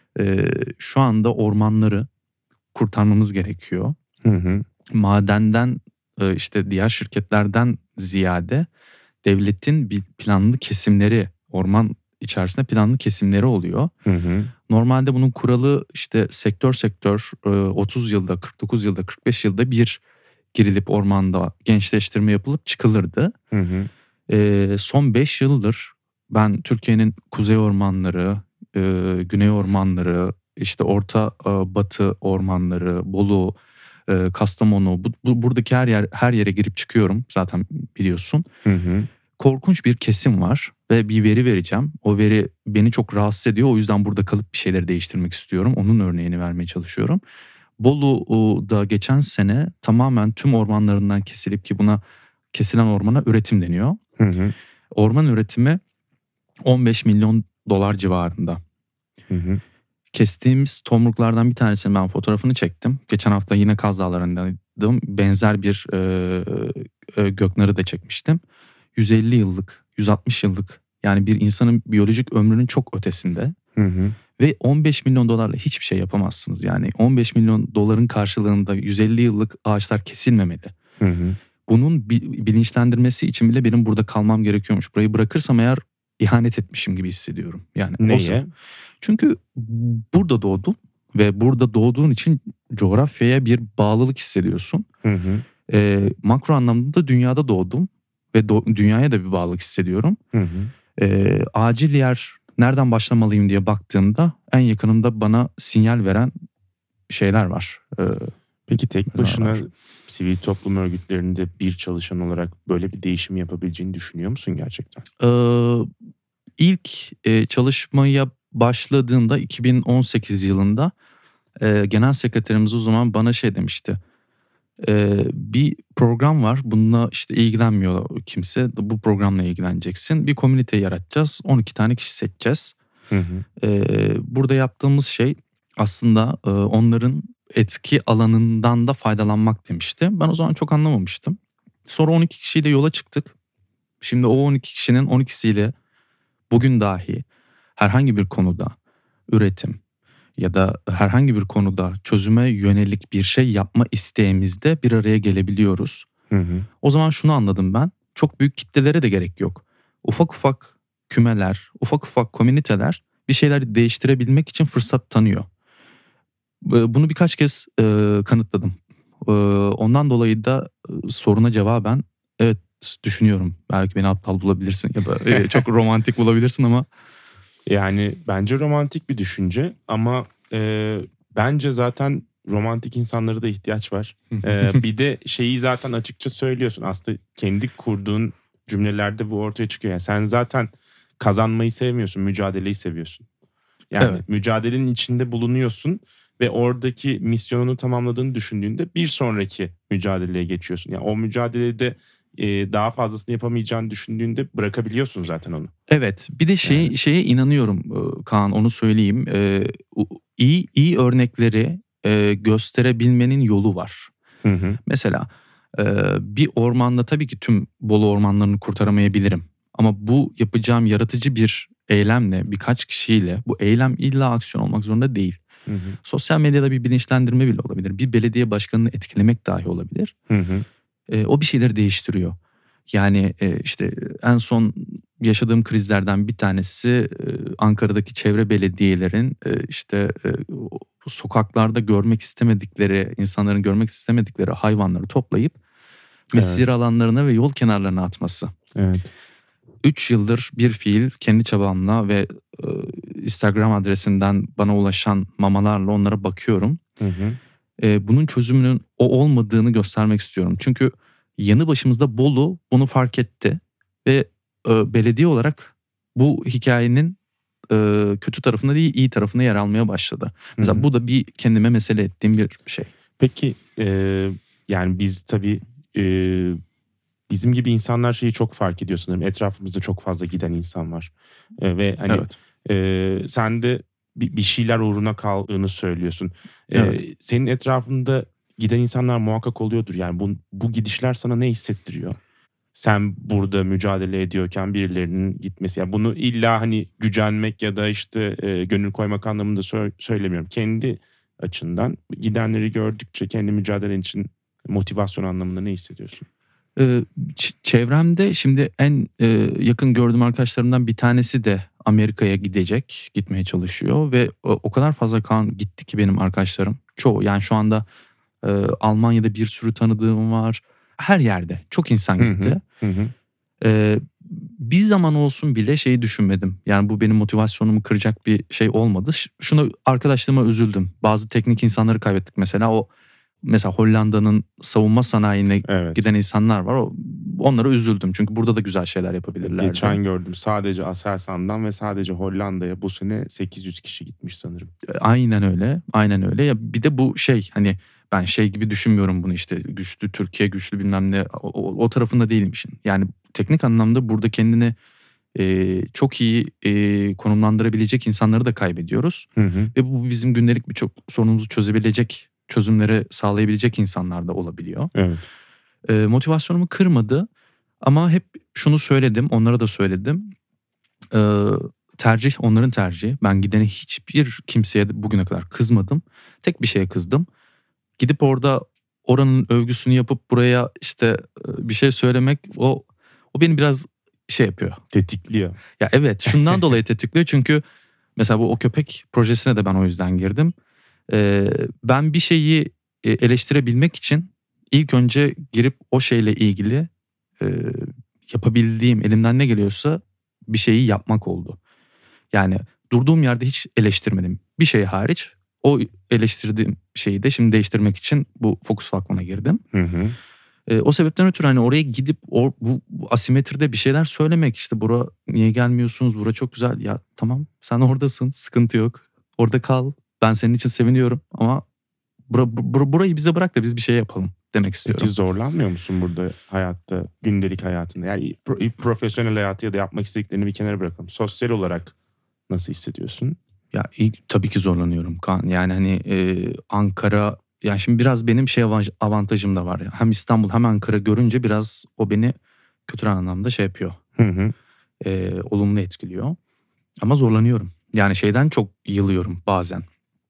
Şu anda ormanları kurtarmamız gerekiyor. Hı hı. Madenden işte diğer şirketlerden ziyade devletin bir planlı kesimleri, orman içerisinde planlı kesimleri oluyor. Hı hı. Normalde bunun kuralı işte sektör sektör otuz yılda, kırk dokuz yılda, kırk beş yılda bir girilip ormanda gençleştirme yapılıp çıkılırdı. Hı hı. Ee, son beş yıldır ben Türkiye'nin kuzey ormanları, e, güney ormanları, işte orta e, batı ormanları, Bolu, e, Kastamonu, bu, bu, buradaki her yer her yere girip çıkıyorum zaten biliyorsun. Hı hı. Korkunç bir kesim var ve bir veri vereceğim. O veri beni çok rahatsız ediyor. O yüzden burada kalıp bir şeyleri değiştirmek istiyorum. Onun örneğini vermeye çalışıyorum. Bolu'da geçen sene tamamen tüm ormanlarından kesilip, ki buna kesilen ormana üretim deniyor. Hı hı. Orman üretimi on beş milyon dolar civarında. Hı hı. Kestiğimiz tomruklardan bir tanesinin ben fotoğrafını çektim. Geçen hafta yine Kaz Dağları'ndaydım. Benzer bir e, e, göknarı da çekmiştim. yüz elli yıllık, yüz altmış yıllık, yani bir insanın biyolojik ömrünün çok ötesinde. Hı hı. Ve on beş milyon dolarla hiçbir şey yapamazsınız. Yani on beş milyon doların karşılığında yüz elli yıllık ağaçlar kesilmemeli. Hı hı. Bunun bilinçlendirmesi için bile benim burada kalmam gerekiyormuş. Burayı bırakırsam eğer ihanet etmişim gibi hissediyorum. Yani neye? Çünkü burada doğdum ve burada doğduğun için coğrafyaya bir bağlılık hissediyorsun. Hı hı. E, makro anlamda da dünyada doğdum ve do- dünyaya da bir bağlılık hissediyorum. Hı hı. E, acil yer nereden başlamalıyım diye baktığımda en yakınımda bana sinyal veren şeyler var. E, Peki tek başına var. Sivil toplum örgütlerinde bir çalışan olarak böyle bir değişim yapabileceğini düşünüyor musun gerçekten? Ee, ilk e, çalışmaya başladığımda iki bin on sekiz yılında e, genel sekreterimiz o zaman bana şey demişti. E, bir program var, bununla işte ilgilenmiyor kimse, bu programla ilgileneceksin. Bir komünite yaratacağız, on iki tane kişi seçeceğiz. Hı hı. E, burada yaptığımız şey aslında e, onların etki alanından da faydalanmak demişti. Ben o zaman çok anlamamıştım. Sonra on iki kişiyle yola çıktık. Şimdi o on iki kişinin on ikisiyle bugün dahi herhangi bir konuda üretim ya da herhangi bir konuda çözüme yönelik bir şey yapma isteğimizde bir araya gelebiliyoruz. Hı hı. O zaman şunu anladım ben. Çok büyük kitlelere de gerek yok. Ufak ufak kümeler, ufak ufak komüniteler bir şeyler değiştirebilmek için fırsat tanıyor. Bunu birkaç kez e, kanıtladım. E, ondan dolayı da e, soruna cevaben evet düşünüyorum. Belki beni aptal bulabilirsin ya da e, çok romantik bulabilirsin ama. Yani bence romantik bir düşünce ama e, bence zaten romantik insanlara da ihtiyaç var. E, bir de şeyi zaten açıkça söylüyorsun. Aslında kendi kurduğun cümlelerde bu ortaya çıkıyor. Yani sen zaten kazanmayı sevmiyorsun, mücadeleyi seviyorsun. Yani Evet. mücadelenin içinde bulunuyorsun ve oradaki misyonunu tamamladığını düşündüğünde bir sonraki mücadeleye geçiyorsun. Yani o mücadelede e, daha fazlasını yapamayacağını düşündüğünde bırakabiliyorsun zaten onu. Evet, bir de şey Yani. şeye inanıyorum e, Kaan, onu söyleyeyim. E, u- iyi iyi örnekleri e, gösterebilmenin yolu var. Hı hı. Mesela e, bir ormanda tabii ki tüm Bolu ormanlarını kurtaramayabilirim. Ama bu yapacağım yaratıcı bir eylemle, birkaç kişiyle, bu eylem illa aksiyon olmak zorunda değil. Hı hı. Sosyal medyada bir bilinçlendirme bile olabilir. Bir belediye başkanını etkilemek dahi olabilir. Hı hı. E, o bir şeyleri değiştiriyor. Yani e, işte en son yaşadığım krizlerden bir tanesi e, Ankara'daki çevre belediyelerin e, işte e, o sokaklarda görmek istemedikleri, insanların görmek istemedikleri hayvanları toplayıp mesire Evet. alanlarına ve yol kenarlarına atması. Evet. üç yıldır bir fiil kendi çabamla ve e, Instagram adresinden bana ulaşan mamalarla onlara bakıyorum. Hı hı. E, bunun çözümünün o olmadığını göstermek istiyorum. Çünkü yanı başımızda Bolu bunu fark etti ve e, belediye olarak bu hikayenin e, kötü tarafında değil iyi tarafında yer almaya başladı. Mesela Hı hı. bu da bir kendime mesele ettiğim bir şey. Peki e, yani biz tabii e, bizim gibi insanlar şeyi çok fark ediyor sanırım. Etrafımızda çok fazla giden insan var. E, ve hani Evet. e, sen de bir, bir şeyler uğruna kaldığını söylüyorsun. E, Evet. Senin etrafında giden insanlar muhakkak oluyordur. Yani bu, bu gidişler sana ne hissettiriyor? Sen burada mücadele ediyorken birilerinin gitmesi. Yani bunu illa hani gücenmek ya da işte e, gönül koymak anlamında sö- söylemiyorum. Kendi açından gidenleri gördükçe kendi mücadelen için motivasyon anlamında ne hissediyorsun? Ee, ç- çevremde şimdi en e, yakın gördüğüm arkadaşlarımdan bir tanesi de Amerika'ya gidecek, gitmeye çalışıyor ve o, o kadar fazla kan gitti ki benim arkadaşlarım. Çoğu yani şu anda e, Almanya'da bir sürü tanıdığım var. Her yerde çok insan Hı hı. gitti. Hı hı. Ee, bir zaman olsun bile şeyi düşünmedim. Yani bu benim motivasyonumu kıracak bir şey olmadı. Ş- Şunu arkadaşlığıma üzüldüm. Bazı teknik insanları kaybettik mesela. O mesela Hollanda'nın savunma sanayine Evet. giden insanlar var. O, onlara üzüldüm. Çünkü burada da güzel şeyler yapabilirlerdi. Geçen gördüm. Sadece Aselsan'dan ve sadece Hollanda'ya bu sene sekiz yüz kişi gitmiş sanırım. E, Aynen öyle. Aynen öyle. Ya bir de bu şey hani ben şey gibi düşünmüyorum bunu işte güçlü Türkiye güçlü bilmem ne o, o, o tarafında değilim işin. Yani teknik anlamda burada kendini e, çok iyi e, konumlandırabilecek insanları da kaybediyoruz. Hı hı. Ve bu bizim gündelik birçok sorunumuzu çözebilecek, çözümleri sağlayabilecek insanlar da olabiliyor. Evet. E, motivasyonumu kırmadı ama hep şunu söyledim, onlara da söyledim. E, tercih onların tercihi. Ben gidene hiçbir kimseye de bugüne kadar kızmadım. Tek bir şeye kızdım. Gidip orada oranın övgüsünü yapıp buraya işte e, bir şey söylemek o o beni biraz şey yapıyor. Tetikliyor. Ya evet şundan dolayı tetikliyor çünkü mesela bu o köpek projesine de ben o yüzden girdim. Ee, ben bir şeyi e, eleştirebilmek için ilk önce girip o şeyle ilgili e, yapabildiğim elimden ne geliyorsa bir şeyi yapmak oldu. Yani durduğum yerde hiç eleştirmedim. Bir şey hariç o eleştirdiğim şeyi de şimdi değiştirmek için bu Focus Falcon'a girdim. Hı hı. E, o sebepten ötürü hani oraya gidip o, bu, bu asimetride bir şeyler söylemek işte bura niye gelmiyorsunuz bura çok güzel ya tamam sen oradasın sıkıntı yok orada kal ben senin için seviniyorum ama bura, bur- burayı bize bırak da biz bir şey yapalım demek istiyorum. Peki zorlanmıyor musun burada hayatta, gündelik hayatında? Yani pro- profesyonel hayatı ya da yapmak istediklerini bir kenara bırakalım. Sosyal olarak nasıl hissediyorsun? Ya ilk tabii ki zorlanıyorum Kaan yani hani e, Ankara yani şimdi biraz benim şey avantaj- avantajım da var ya hem İstanbul hem Ankara görünce biraz o beni kötü anlamda şey yapıyor Hı hı. e, olumlu etkiliyor. Ama zorlanıyorum. Yani şeyden çok yılıyorum bazen.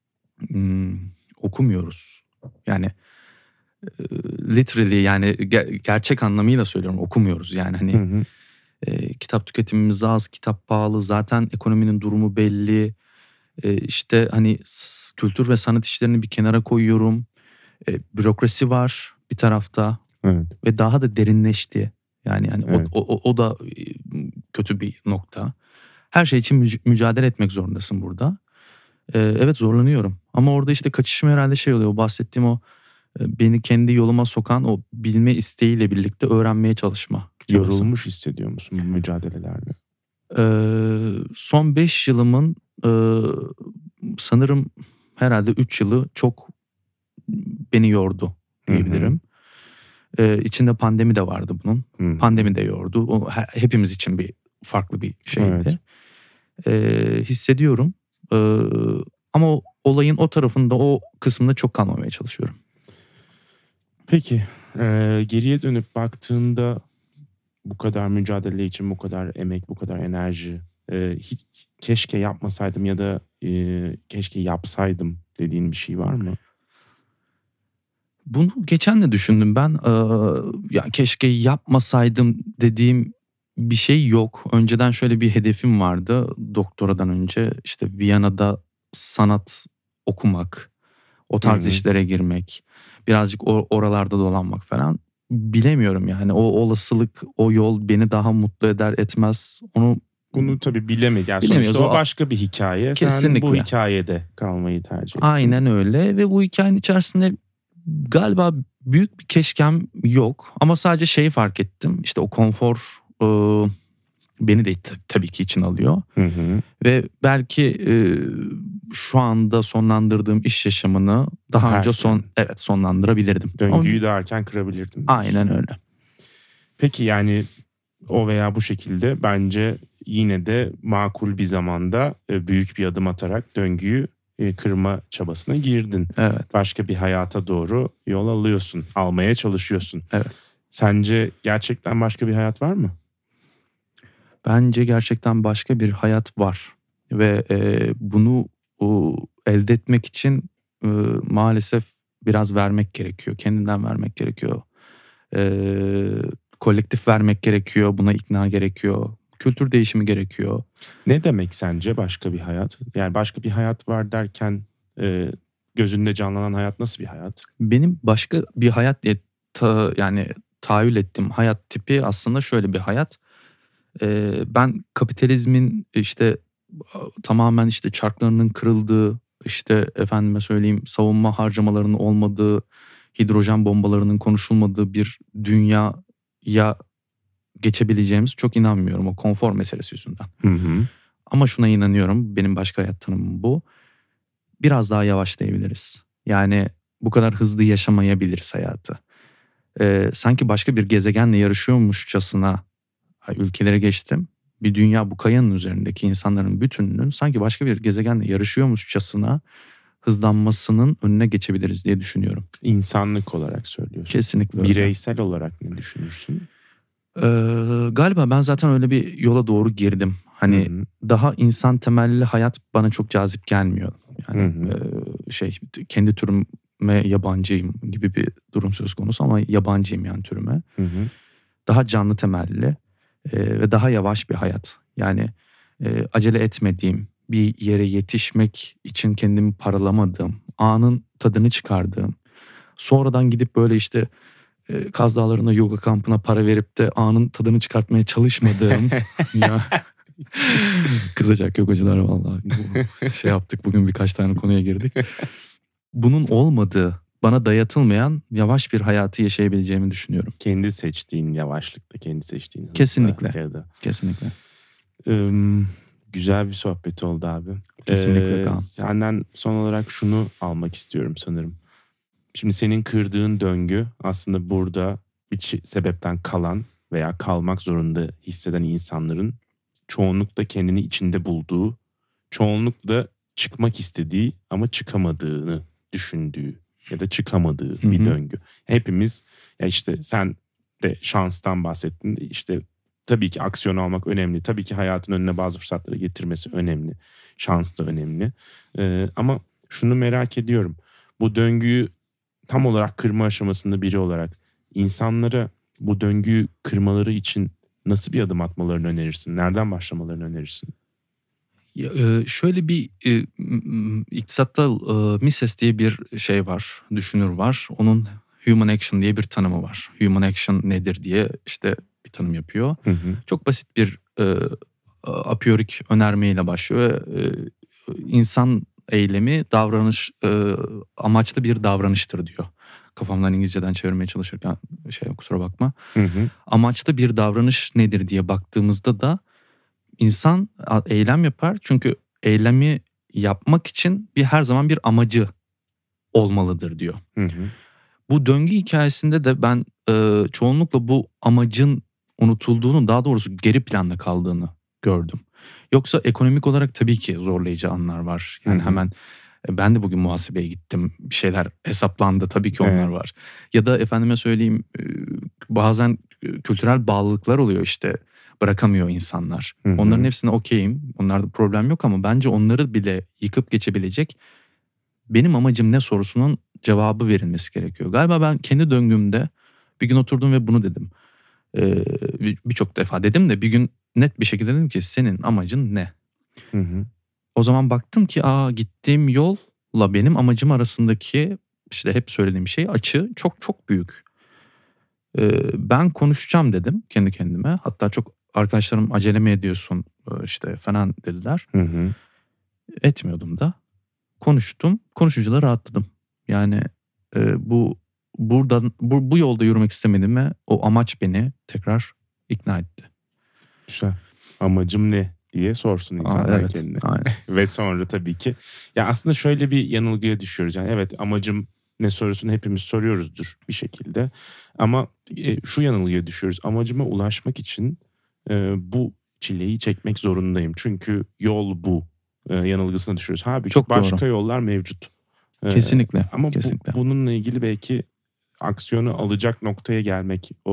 Hmm, okumuyoruz. Yani e, literally yani ger- gerçek anlamıyla söylüyorum okumuyoruz. Yani Hı hani hı. E, kitap tüketimimiz az, kitap pahalı, zaten ekonominin durumu belli. E, işte hani s- kültür ve sanat işlerini bir kenara koyuyorum. E, bürokrasi var bir tarafta Evet. ve daha da derinleşti. Yani yani Evet. o, o, o da e, kötü bir nokta. Her şey için müc- mücadele etmek zorundasın burada. E, evet zorlanıyorum ama orada işte kaçışım herhalde şey oluyor. O bahsettiğim o e, beni kendi yoluma sokan o bilme isteğiyle birlikte öğrenmeye çalışma çabası. Yorulmuş hissediyor musun bu mücadelelerle? E, son beş yılımın e, sanırım herhalde üç yılı çok beni yordu diyebilirim. Ee, içinde pandemi de vardı bunun. Hı hı. Pandemi de yordu. O he- hepimiz için bir farklı bir şeydi. Evet. Ee, hissediyorum. Ee, ama o, olayın o tarafında, o kısmında çok kalmamaya çalışıyorum. Peki e, geriye dönüp baktığında bu kadar mücadele için bu kadar emek, bu kadar enerji e, hiç keşke yapmasaydım ya da e, keşke yapsaydım dediğin bir şey var mı? Bunu geçen de düşündüm ben. Ee, ya keşke yapmasaydım dediğim bir şey yok. Önceden şöyle bir hedefim vardı. Doktoradan önce işte Viyana'da sanat okumak, o tarz Hı hı. işlere girmek, birazcık or- oralarda dolanmak falan. Bilemiyorum yani o olasılık, o yol beni daha mutlu eder etmez. Onu Bunu tabii bilemeyiz. Yani bilemiyoruz. sonuçta o O başka bir hikaye. Sen bu kesinlikle. hikayede kalmayı tercih ettin. Aynen öyle ve bu hikayenin içerisinde galiba büyük bir keşkem yok. Ama sadece şeyi fark ettim. İşte o konfor e, beni de t- tabii ki için alıyor. Hı hı. Ve belki e, şu anda sonlandırdığım iş yaşamını daha Daha önce son erken. evet sonlandırabilirdim. Döngüyü Ama- daha erken kırabilirdim diyorsun. aynen öyle. Peki yani o veya bu şekilde bence yine de makul bir zamanda e, büyük bir adım atarak döngüyü e, kırma çabasına girdin. Evet. Başka bir hayata doğru yol alıyorsun, almaya çalışıyorsun. Evet. Sence gerçekten başka bir hayat var mı? Bence gerçekten başka bir hayat var ve e, bunu o, elde etmek için e, maalesef biraz vermek gerekiyor. Kendinden vermek gerekiyor. E, kolektif vermek gerekiyor. Buna ikna gerekiyor. Kültür değişimi gerekiyor. Ne demek sence başka bir hayat? Yani başka bir hayat var derken e, gözünde canlanan hayat nasıl bir hayat? Benim başka bir hayat diye ta, yani tahayyül ettiğim hayat tipi aslında şöyle bir hayat. E, ben kapitalizmin işte tamamen işte çarklarının kırıldığı, işte efendime söyleyeyim savunma harcamalarının olmadığı, hidrojen bombalarının konuşulmadığı bir dünyaya geçebileceğimiz çok inanmıyorum o konfor meselesi yüzünden. Hı hı. Ama şuna inanıyorum, benim başka hayat tanımım bu. Biraz daha yavaşlayabiliriz. Yani bu kadar hızlı yaşamayabiliriz hayatı. Ee, sanki başka bir gezegenle yarışıyormuşçasına ülkelere geçtim. Bir dünya bu kayanın üzerindeki insanların bütününün sanki başka bir gezegenle yarışıyormuşçasına hızlanmasının önüne geçebiliriz diye düşünüyorum. İnsanlık olarak söylüyorsun. Kesinlikle öyle. Bireysel olarak ne düşünürsün? Ee, galiba ben zaten öyle bir yola doğru girdim. Hani Hı hı. daha insan temelli hayat bana çok cazip gelmiyor. Yani Hı hı. e, şey kendi türüme yabancıyım gibi bir durum söz konusu ama yabancıyım yani türüme. Hı hı. Daha canlı temelli e, ve daha yavaş bir hayat. Yani e, acele etmediğim, bir yere yetişmek için kendimi paralamadığım, anın tadını çıkardığım, sonradan gidip böyle işte e, Kaz Dağları'nda yoga kampına para verip de anın tadını çıkartmaya çalışmadığım ya kızacak yogacılar vallahi. Bu şey yaptık bugün birkaç tane konuya girdik. Bunun olmadığı, bana dayatılmayan yavaş bir hayatı yaşayabileceğimi düşünüyorum. Kendi seçtiğin yavaşlıkta, kendi seçtiğin hızda. Kesinlikle. Ya da. Kesinlikle. Im, güzel bir sohbet oldu abi. Kesinlikle Ee, Kaan. senden son olarak şunu almak istiyorum sanırım. Şimdi senin kırdığın döngü aslında burada bir çi- sebepten kalan veya kalmak zorunda hisseden insanların çoğunlukla kendini içinde bulduğu, çoğunlukla çıkmak istediği ama çıkamadığını düşündüğü ya da çıkamadığı Hı bir hı. döngü. Hepimiz ya işte sen de şanstan bahsettin. İşte tabii ki aksiyon almak önemli. Tabii ki hayatın önüne bazı fırsatları getirmesi önemli. Şans da önemli. Ee, ama şunu merak ediyorum. Bu döngüyü tam olarak kırma aşamasında biri olarak insanlara bu döngüyü kırmaları için nasıl bir adım atmalarını önerirsin? Nereden başlamalarını önerirsin? Ya, e, şöyle bir e, iktisatta e, Mises diye bir şey var, düşünür var. Onun human action diye bir tanımı var. Human action nedir diye işte bir tanım yapıyor. Hı hı. Çok basit bir e, apiorik önermeyle başlıyor ve e, insan eylemi davranış e, amaçlı bir davranıştır diyor. Kafamdan İngilizceden çevirmeye çalışırken şey kusura bakma. Hı hı. Amaçlı bir davranış nedir diye baktığımızda da insan eylem yapar. Çünkü eylemi yapmak için bir her zaman bir amacı olmalıdır diyor. Hı hı. Bu döngü hikayesinde de ben e, çoğunlukla bu amacın unutulduğunu, daha doğrusu geri planda kaldığını gördüm. Yoksa ekonomik olarak tabii ki zorlayıcı anlar var. Yani Hı hı. hemen e, ben de bugün muhasebeye gittim. Bir şeyler hesaplandı, tabii ki onlar Evet. var. Ya da efendime söyleyeyim e, bazen e, kültürel bağlılıklar oluyor işte. Bırakamıyor insanlar. Hı hı. Onların hepsine okeyim. Onlarda problem yok ama bence onları bile yıkıp geçebilecek benim amacım ne sorusunun cevabı verilmesi gerekiyor. Galiba ben kendi döngümde bir gün oturdum ve bunu dedim. Ee, bir- Birçok defa dedim de bir gün net bir şekilde dedim ki senin amacın ne? Hı hı. O zaman baktım ki aa gittiğim yolla benim amacım arasındaki işte hep söylediğim şey açı çok çok büyük. Ee, ben konuşacağım dedim kendi kendime. Hatta çok arkadaşlarım acele mi ediyorsun e, işte falan dediler. Hı hı. Etmiyordum da. Konuştum. Konuşunca da rahatladım. Yani e, bu buradan bu, bu yolda yürümek istemediğime o amaç beni tekrar ikna etti. Güzel. Amacım ne diye sorsun Aa, insanlar evet, kendine. aynen. Ve sonra tabii ki ya aslında şöyle bir yanılgıya düşüyoruz. Yani evet, amacım ne sorusunu hepimiz soruyoruzdur bir şekilde. Ama e, şu yanılgıya düşüyoruz. Amacıma ulaşmak için e, bu çileyi çekmek zorundayım. Çünkü yol bu e, yanılgısına düşüyoruz. Halbuki Çok başka doğru. yollar mevcut. E, Kesinlikle. Ama bu- kesinlikle. bununla ilgili belki aksiyonu alacak noktaya gelmek, o,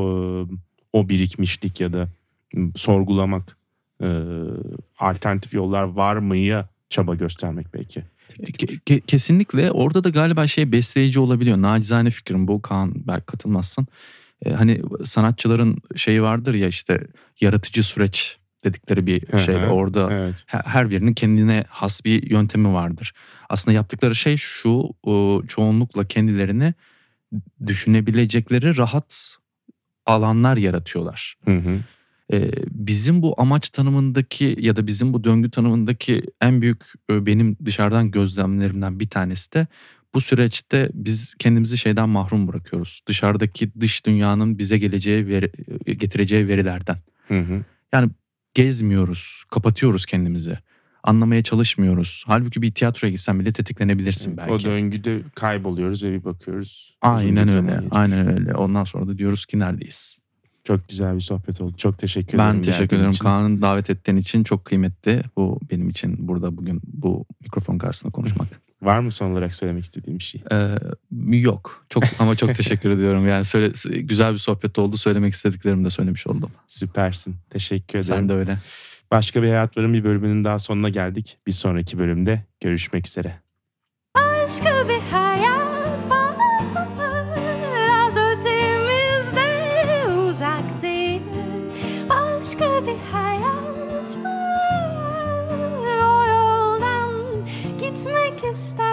o birikmişlik ya da m, sorgulamak, e, alternatif yollar var mıya çaba göstermek belki. Ke- ke- kesinlikle orada da galiba şey besleyici olabiliyor. Nacizane fikrim bu, Kaan belki katılmazsın. Ee, hani sanatçıların şeyi vardır ya işte yaratıcı süreç dedikleri bir Hı şeyde hı, orada evet. he- her birinin kendine has bir yöntemi vardır. Aslında yaptıkları şey şu, o, çoğunlukla kendilerini düşünebilecekleri rahat alanlar yaratıyorlar. Hı hı. Ee, bizim bu amaç tanımındaki ya da bizim bu döngü tanımındaki en büyük e, benim dışarıdan gözlemlerimden bir tanesi de bu süreçte biz kendimizi şeyden mahrum bırakıyoruz. Dışarıdaki dış dünyanın bize geleceği veri, e, getireceği verilerden. Hı hı. Yani gezmiyoruz, kapatıyoruz kendimizi. Anlamaya çalışmıyoruz. Halbuki bir tiyatroya gitsen bile tetiklenebilirsin Evet, o belki. döngüde kayboluyoruz ve bir bakıyoruz. uzunca Aynen bir zaman öyle. geçmiş. Aynen öyle. Ondan sonra da diyoruz ki neredeyiz? Çok güzel bir sohbet oldu. Çok teşekkür ederim. Ben teşekkür geldiğin ederim için. Kaan'ın davet ettiğin için, çok kıymetli. Bu benim için burada bugün bu mikrofon karşısında konuşmak. Var mı son olarak söylemek istediğim bir şey? Ee, yok. Çok ama çok teşekkür ediyorum. Yani söyle, güzel bir sohbet oldu. Söylemek istediklerimi de söylemiş oldum. Süpersin. Teşekkür ederim. Sen de öyle. Başka bir Hayat Var'ın bir bölümünün daha sonuna geldik. Bir sonraki bölümde görüşmek üzere. Başka bir hayat var, az ötemizde, uzak değil. Başka bir hayat var, o yoldan gitmek ister.